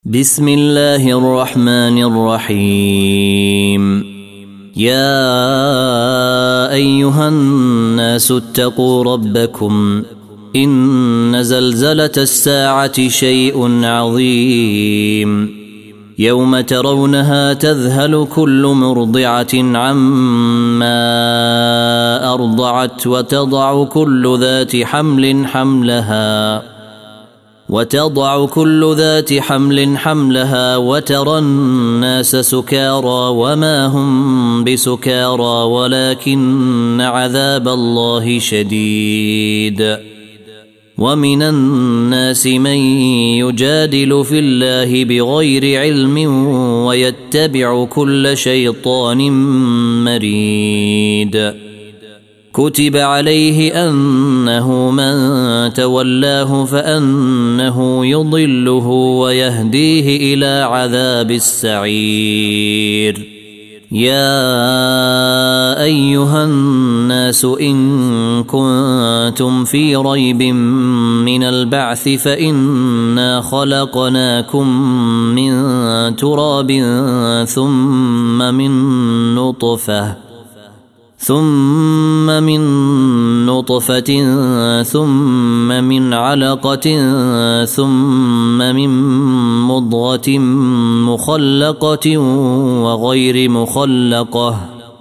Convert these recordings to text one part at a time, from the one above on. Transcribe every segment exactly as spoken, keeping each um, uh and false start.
بسم الله الرحمن الرحيم. يا أيها الناس اتقوا ربكم إن زلزلة الساعة شيء عظيم يوم ترونها تذهل كل مرضعة عما أرضعت وتضع كل ذات حمل حملها وتضع كل ذات حمل حملها وترى الناس سكارى وما هم بسكارى ولكن عذاب الله شديد. ومن الناس من يجادل في الله بغير علم ويتبع كل شيطان مريد. كتب عليه أنه من تولاه فأنه يضله ويهديه إلى عذاب السعير. يا أيها الناس إن كنتم في ريب من البعث فإنا خلقناكم من تراب ثم من نطفة ثم من نطفة ثم من علقة ثم من مضغة مخلقة وغير مخلقة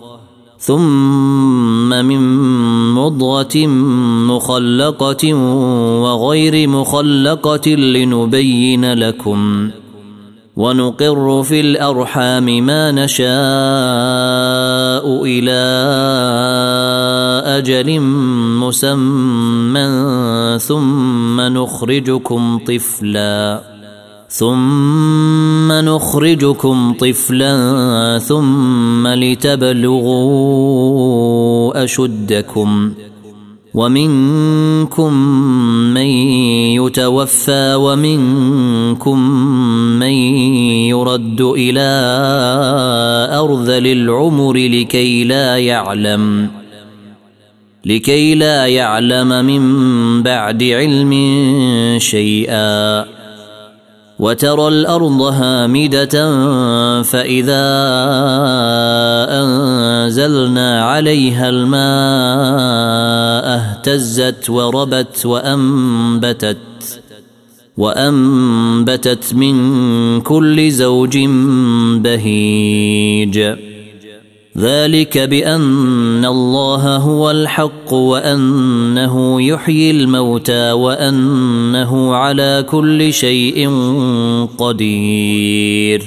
ثم من مضغة مخلقة وغير مخلقة لنبين لكم ونقر في الأرحام ما نشاء إلى أجل مسمى ثم نخرجكم طفلا ثم نخرجكم طفلا ثم لتبلغوا أشدكم ومنكم من يتوفى ومنكم من يرد إلى أرذل العمر لكي لا يعلم لكي لا يعلم من بعد علم شيئا. وترى الأرض هامدة فإذا أنزلنا عليها الماء اهتزت وربت وأنبتت وأنبتت من كل زوج بهيج. ذلك بأن الله هو الحق وأنه يحيي الموتى وأنه على كل شيء قدير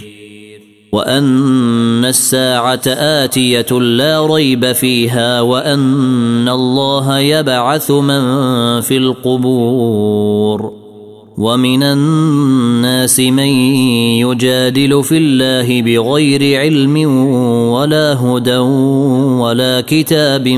وأن الساعة آتية لا ريب فيها وأن الله يبعث من في القبور. ومن الناس من يجادل في الله بغير علم ولا هدى ولا كتاب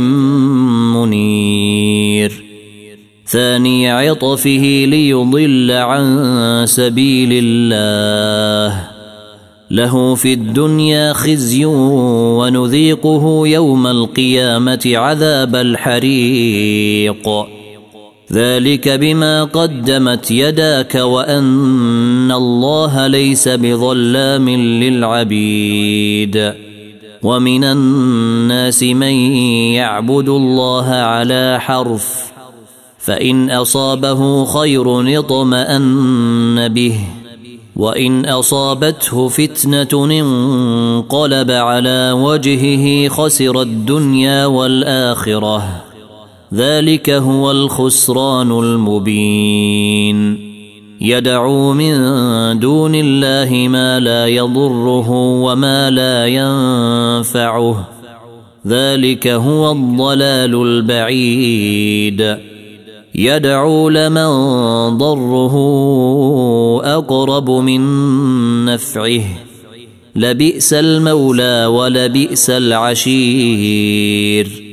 منير. ثاني عطفه ليضل عن سبيل الله له في الدنيا خزي ونذيقه يوم القيامة عذاب الحريق. ذلك بما قدمت يداك وأن الله ليس بظلام للعبيد. ومن الناس من يعبد الله على حرف فإن أصابه خير اطمأن به وإن أصابته فتنة انقلب على وجهه خسر الدنيا والآخرة. ذلك هو الخسران المبين. يدعو من دون الله ما لا يضره وما لا ينفعه. ذلك هو الضلال البعيد. يدعو لمن ضره أقرب من نفعه لبئس المولى ولبئس العشير.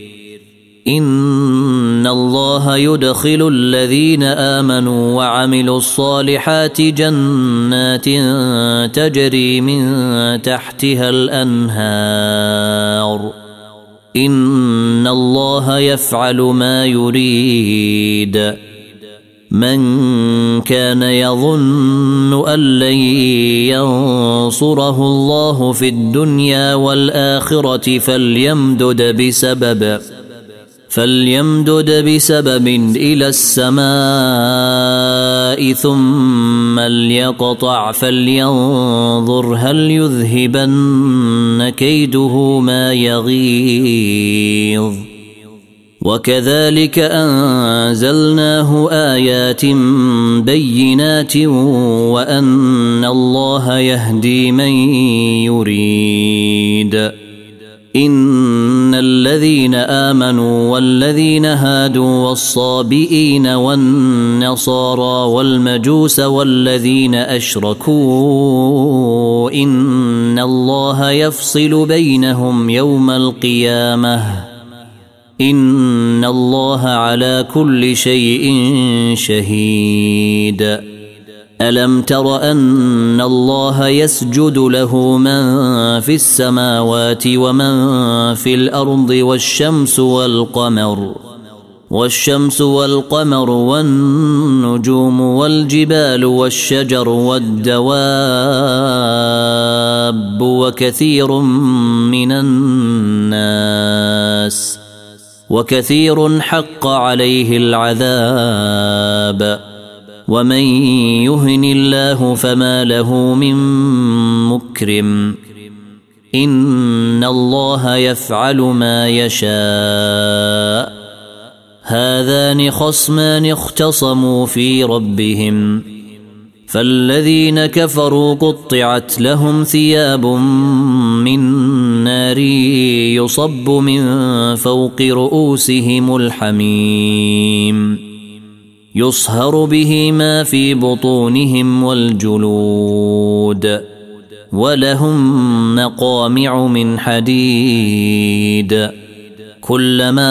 إن الله يدخل الذين آمنوا وعملوا الصالحات جنات تجري من تحتها الأنهار. إن الله يفعل ما يريد. من كان يظن أن لن ينصره الله في الدنيا والآخرة فليمدد بسبب فليمدد بسبب إلى السماء ثم ليقطع فلينظر هل يذهبن كيده ما يغيظ وكذلك أنزلناه آيات بينات وأن الله يهدي من يريد إن الذين آمنوا والذين هادوا والصابئين والنصارى والمجوس والذين أشركوا إن الله يفصل بينهم يوم القيامة إن الله على كل شيء شهيد ألم تر أن الله يسجد له من في السماوات ومن في الأرض والشمس والقمر والشمس والقمر والنجوم والجبال والشجر والدواب وكثير من الناس وكثير حق عليه العذاب ومن يهن الله فما له من مكرم إن الله يفعل ما يشاء هذان خصمان اختصموا في ربهم فالذين كفروا قطعت لهم ثياب من نار يصب من فوق رؤوسهم الحميم يصهر به ما في بطونهم والجلود ولهم مقامع من حديد كلما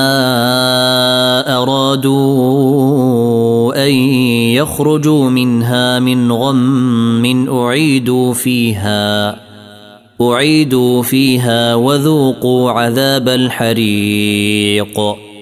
أرادوا أن يخرجوا منها من غم أعيدوا فيها أعيدوا فيها وذوقوا عذاب الحريق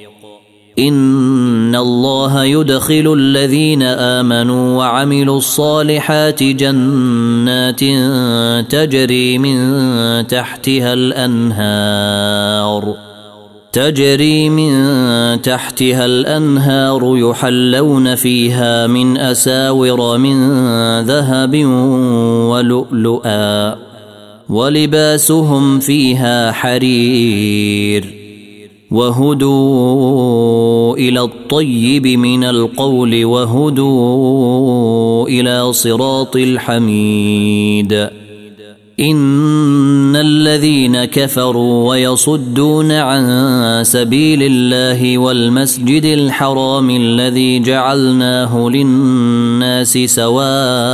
إن الله يدخل الذين آمنوا وعملوا الصالحات جنات تجري من تحتها الأنهار تجري من تحتها الأنهار يحلون فيها من أساور من ذهب ولؤلؤا ولباسهم فيها حرير وهدوا إلى الطيب من القول وهدوا إلى صراط الحميد إن الذين كفروا ويصدون عن سبيل الله والمسجد الحرام الذي جعلناه للناس سواء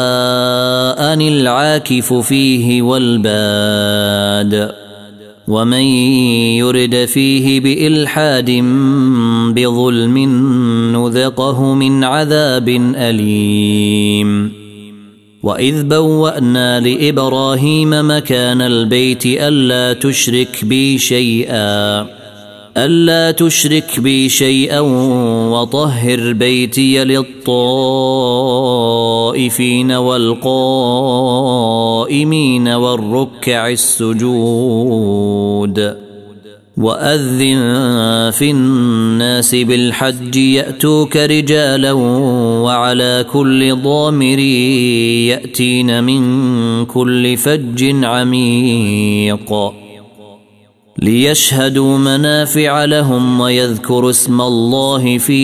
العاكف فيه والباد ومن يرد فيه بإلحاد بظلم نذقه من عذاب أليم وإذ بوأنا لإبراهيم مكان البيت ألا تشرك بي شيئا ألا تشرك بي شيئا وطهر بيتي للطائفين والقائمين والركع السجود وأذن في الناس بالحج يأتوك رجالا وعلى كل ضامر يأتين من كل فج عميق ليشهدوا منافع لهم ويذكروا اسم الله في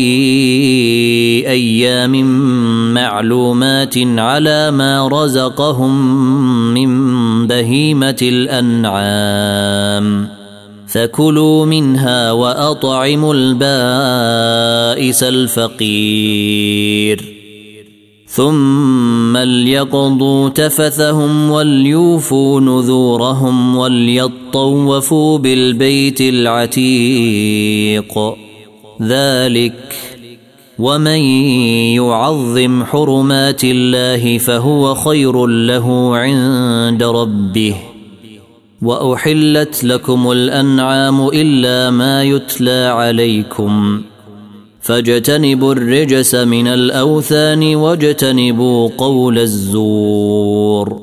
أيام معلومات على ما رزقهم من بهيمة الأنعام فكلوا منها وأطعموا البائس الفقير ثم ليقضوا تفثهم وليوفوا نذورهم وليطوفوا بالبيت العتيق ذلك ومن يعظم حرمات الله فهو خير له عند ربه وأحلت لكم الأنعام إلا ما يتلى عليكم فاجتنبوا الرجس من الأوثان واجتنبوا قول الزور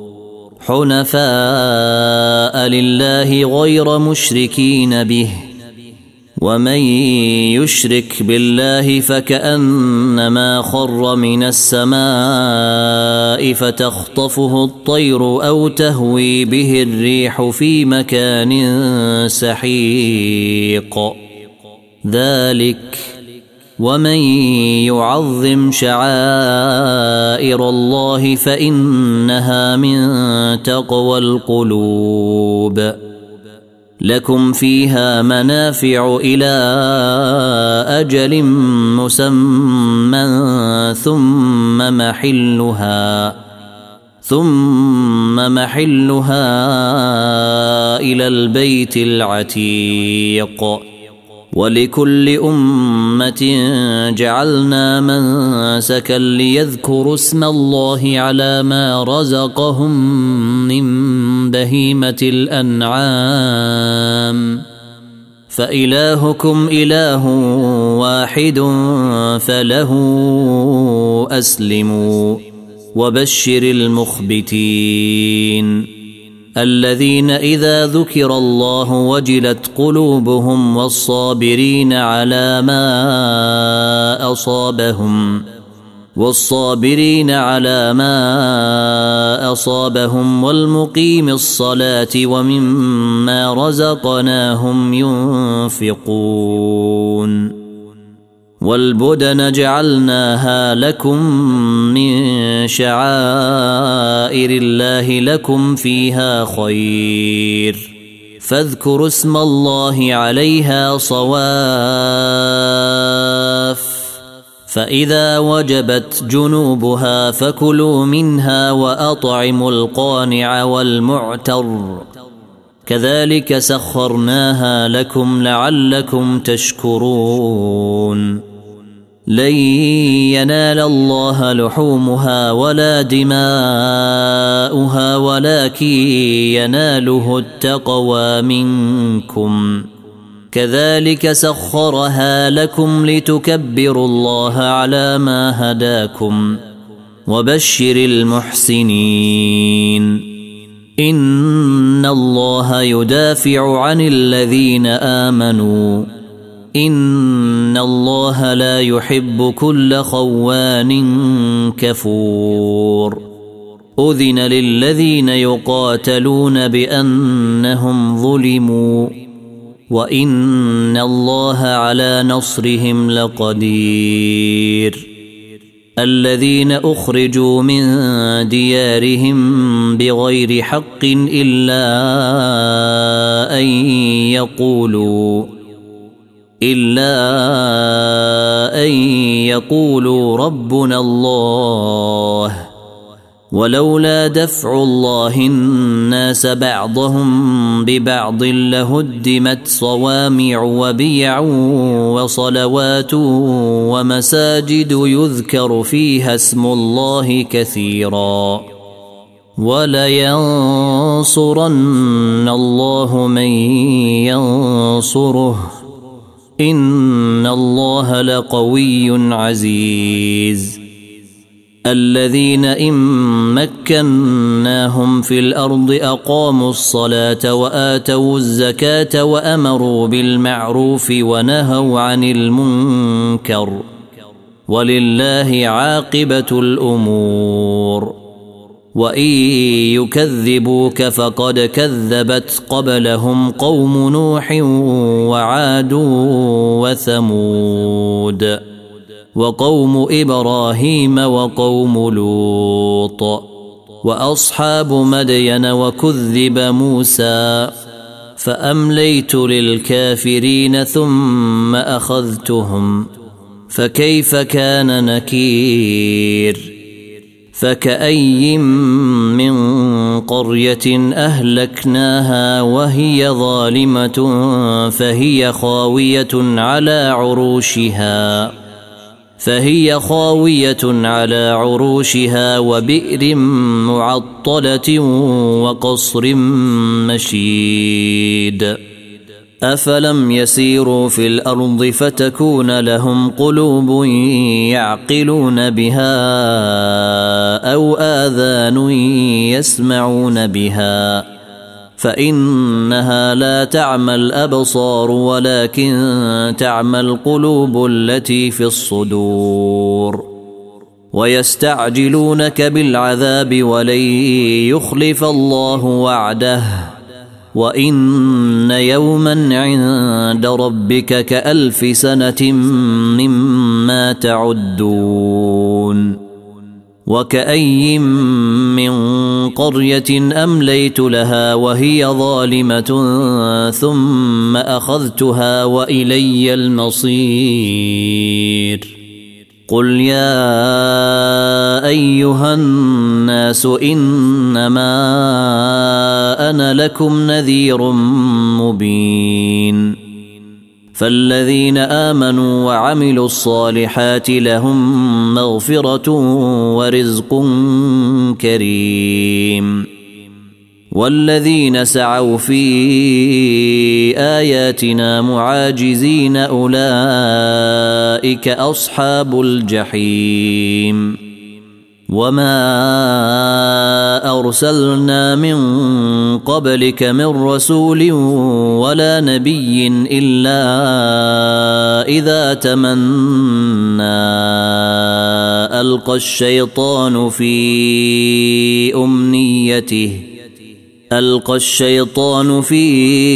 حنفاء لله غير مشركين به ومن يشرك بالله فكأنما خر من السماء فتخطفه الطير أو تهوي به الريح في مكان سحيق ذلك ومن يعظم شعائر الله فإنها من تقوى القلوب لكم فيها منافع إلى أجل مسمى ثم محلها ثم محلها إلى البيت العتيق ولكل أمة جعلنا منسكا ليذكروا اسم الله على ما رزقهم من بهيمة الأنعام فإلهكم إله واحد فله أسلموا وبشر المخبتين الذين إذا ذكر الله وجلت قلوبهم والصابرين على ما أصابهم والصابرين على ما أصابهم والمقيم الصلاة ومما رزقناهم ينفقون والبدن جعلناها لكم من شعائر الله لكم فيها خير فاذكروا اسم الله عليها صواف فإذا وجبت جنوبها فكلوا منها وأطعموا القانع والمعتر كذلك سخرناها لكم لعلكم تشكرون لن ينال الله لحومها ولا دماؤها ولكن يناله التقوى منكم كذلك سخرها لكم لتكبروا الله على ما هداكم وبشر المحسنين إن الله يدافع عن الذين آمنوا إن الله لا يحب كل خوان كفور أذن للذين يقاتلون بأنهم ظلموا وإن الله على نصرهم لقدير الذين أخرجوا من ديارهم بغير حق إلا أن يقولوا إلا أن يقولوا ربنا الله ولولا دفع الله الناس بعضهم ببعض لهدمت صوامع وبيع وصلوات ومساجد يذكر فيها اسم الله كثيرا ولينصرن الله من ينصره إن الله لقوي عزيز الذين إن مكناهم في الأرض أقاموا الصلاة وآتوا الزكاة وأمروا بالمعروف ونهوا عن المنكر ولله عاقبة الأمور وإن يكذبوك فقد كذبت قبلهم قوم نوح وعاد وثمود وقوم إبراهيم وقوم لوط وأصحاب مدين وكذب موسى فأمليت للكافرين ثم أخذتهم فكيف كان نكير فكأي من قرية أهلكناها وهي ظالمة فهي خاوية على عروشها فهي خاوية على عروشها وبئر معطلة وقصر مشيد أفلم يسيروا في الأرض فتكون لهم قلوب يعقلون بها أو آذان يسمعون بها فإنها لا تعمى الأبصار ولكن تعمى القلوب التي في الصدور ويستعجلونك بالعذاب ولن يخلف الله وعده وإن يوما عند ربك كألف سنة مما تعدون وكأي من قرية أمليت لها وهي ظالمة ثم أخذتها وإلي المصير قل يا أيها الناس إنما أنا لكم نذير مبين فالذين آمنوا وعملوا الصالحات لهم مغفرة ورزق كريم والذين سعوا في آياتنا معاجزين أولئك أصحاب الجحيم وما أرسلنا من قبلك من رسول ولا نبي إلا إذا تمنى ألقى الشيطان في أمنيته ألقى الشيطان في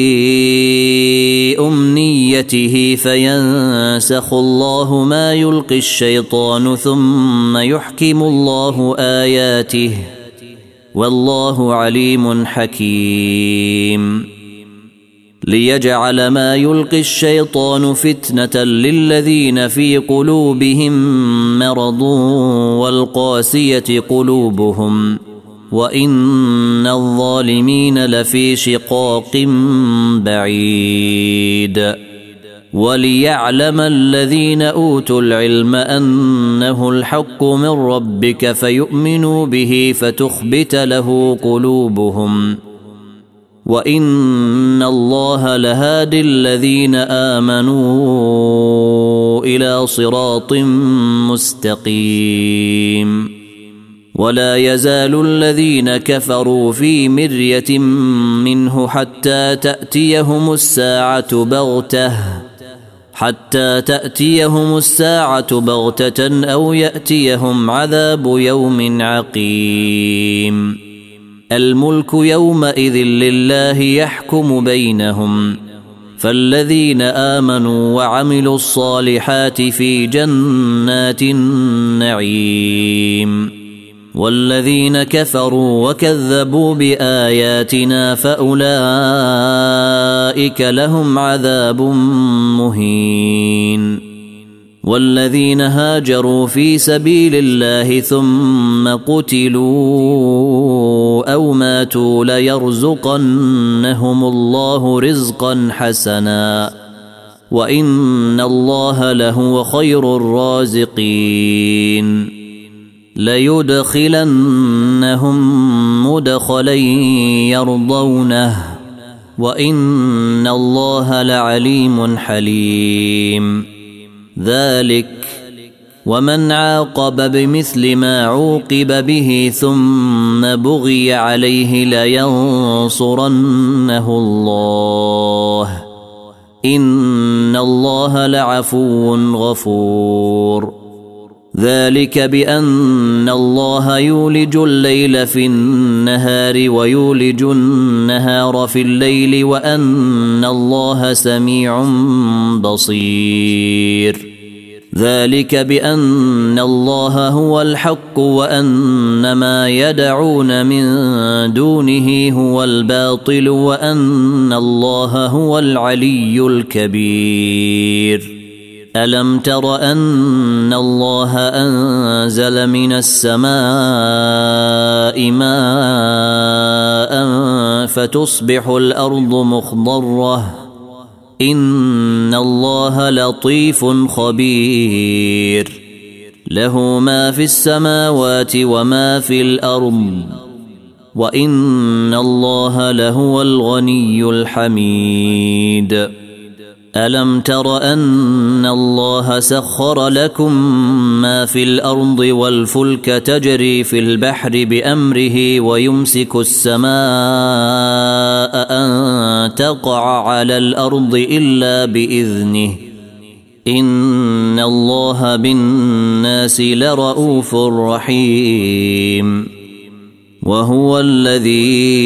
أمنيته فينسخ الله ما يلقي الشيطان ثم يحكم الله آياته والله عليم حكيم ليجعل ما يلقي الشيطان فتنة للذين في قلوبهم مرض والقاسية قلوبهم وإن الظالمين لفي شقاق بعيد وليعلم الذين أوتوا العلم أنه الحق من ربك فيؤمنوا به فتخبت له قلوبهم وإن الله لهادي الذين آمنوا إلى صراط مستقيم ولا يزال الذين كفروا في مرية منه حتى تأتيهم الساعة بغتة حتى تأتيهم الساعة بغتة أو يأتيهم عذاب يوم عقيم الملك يومئذ لله يحكم بينهم فالذين آمنوا وعملوا الصالحات في جنات النعيم والذين كفروا وكذبوا بآياتنا فأولئك لهم عذاب مهين والذين هاجروا في سبيل الله ثم قتلوا أو ماتوا ليرزقنهم الله رزقا حسنا وإن الله لهو خير الرازقين ليدخلنهم مدخلا يرضونه وإن الله لعليم حليم ذلك ومن عاقب بمثل ما عوقب به ثم بغي عليه لينصرنه الله إن الله لعفو غفور ذلك بأن الله يولج الليل في النهار ويولج النهار في الليل وأن الله سميع بصير ذلك بأن الله هو الحق وأن ما يدعون من دونه هو الباطل وأن الله هو العلي الكبير ألم تر أن الله أنزل من السماء ماء فتصبح الأرض مخضرة إن الله لطيف خبير له ما في السماوات وما في الأرض وإن الله لهو الغني الحميد. ألم تر أن الله سخر لكم ما في الأرض والفلك تجري في البحر بأمره ويمسك السماء أن تقع على الأرض إلا بإذنه إن الله بالناس لرؤوف رحيم. وهو الذي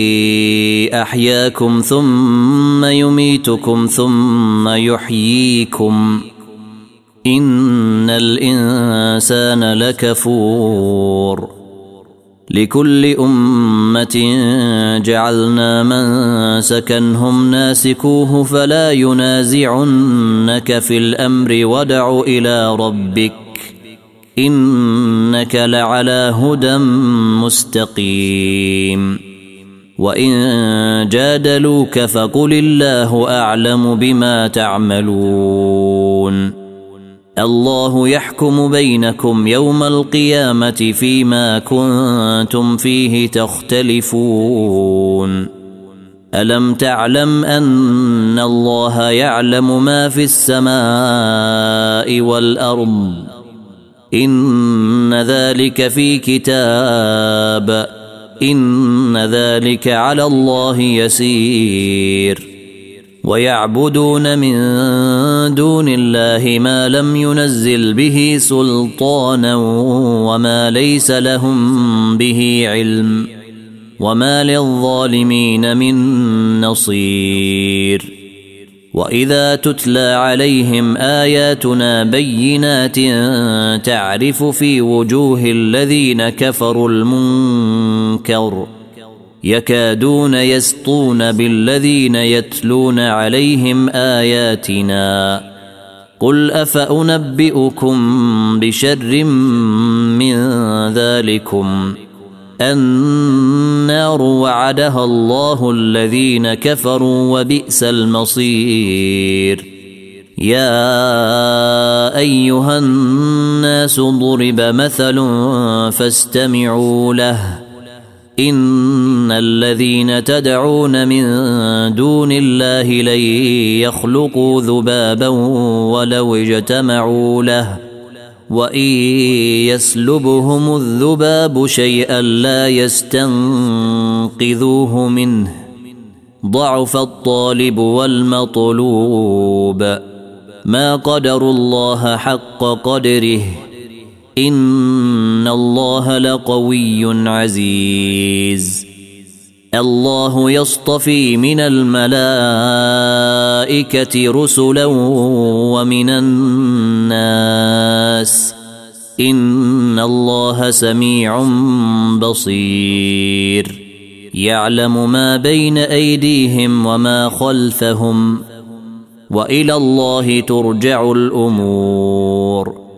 أحياكم ثم يميتكم ثم يحييكم إن الإنسان لكفور. لكل أمة جعلنا منسكا هم ناسكوه فلا ينازعنك في الأمر وادع إلى ربك إنك لعلى هدى مستقيم. وإن جادلوك فقل الله أعلم بما تعملون. الله يحكم بينكم يوم القيامة فيما كنتم فيه تختلفون. ألم تعلم أن الله يعلم ما في السماء والأرض إن ذلك في كتاب إن ذلك على الله يسير. ويعبدون من دون الله ما لم ينزل به سلطانا وما ليس لهم به علم وما للظالمين من نصير. وإذا تتلى عليهم آياتنا بينات تعرف في وجوه الذين كفروا المنكر يكادون يسطون بالذين يتلون عليهم آياتنا. قل أفأنبئكم بشر من ذلكم النار وعدها الله الذين كفروا وبئس المصير. يا أيها الناس ضرب مثل فاستمعوا له إن الذين تدعون من دون الله لن يخلقوا ذبابا ولو اجتمعوا له وإن يسلبهم الذباب شيئا لا يستنقذوه منه ضعف الطالب والمطلوب. ما قدروا الله حق قدره إن الله لقوي عزيز. الله يصطفي من الملائكة رسلا ومن الناس إن الله سميع بصير. يعلم ما بين أيديهم وما خلفهم وإلى الله ترجع الأمور.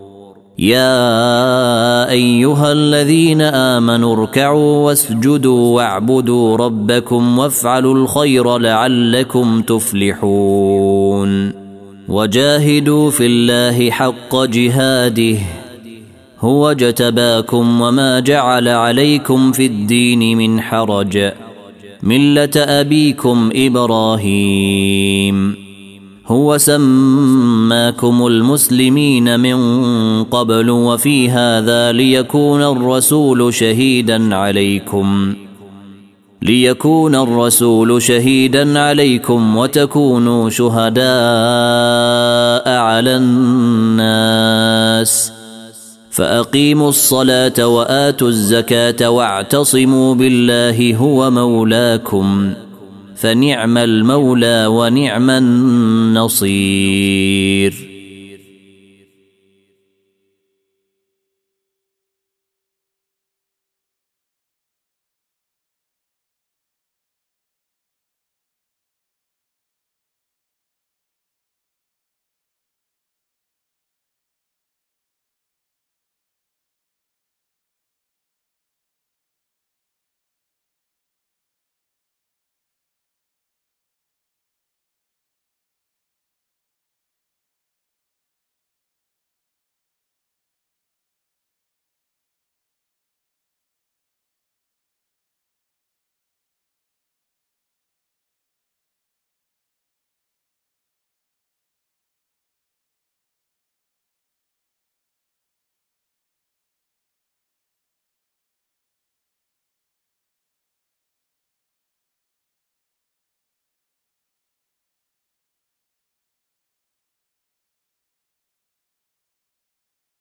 يا أيها الذين آمنوا اركعوا واسجدوا واعبدوا ربكم وافعلوا الخير لعلكم تفلحون. وجاهدوا في الله حق جهاده هو اجتباكم وما جعل عليكم في الدين من حرج ملة أبيكم إبراهيم هو سماكم المسلمين من قبل وفي هذا ليكون الرسول شهيدا عليكم ليكون الرسول شهيدا عليكم وتكونوا شهداء على الناس فأقيموا الصلاة وآتوا الزكاة واعتصموا بالله هو مولاكم فنعم المولى ونعم النصير.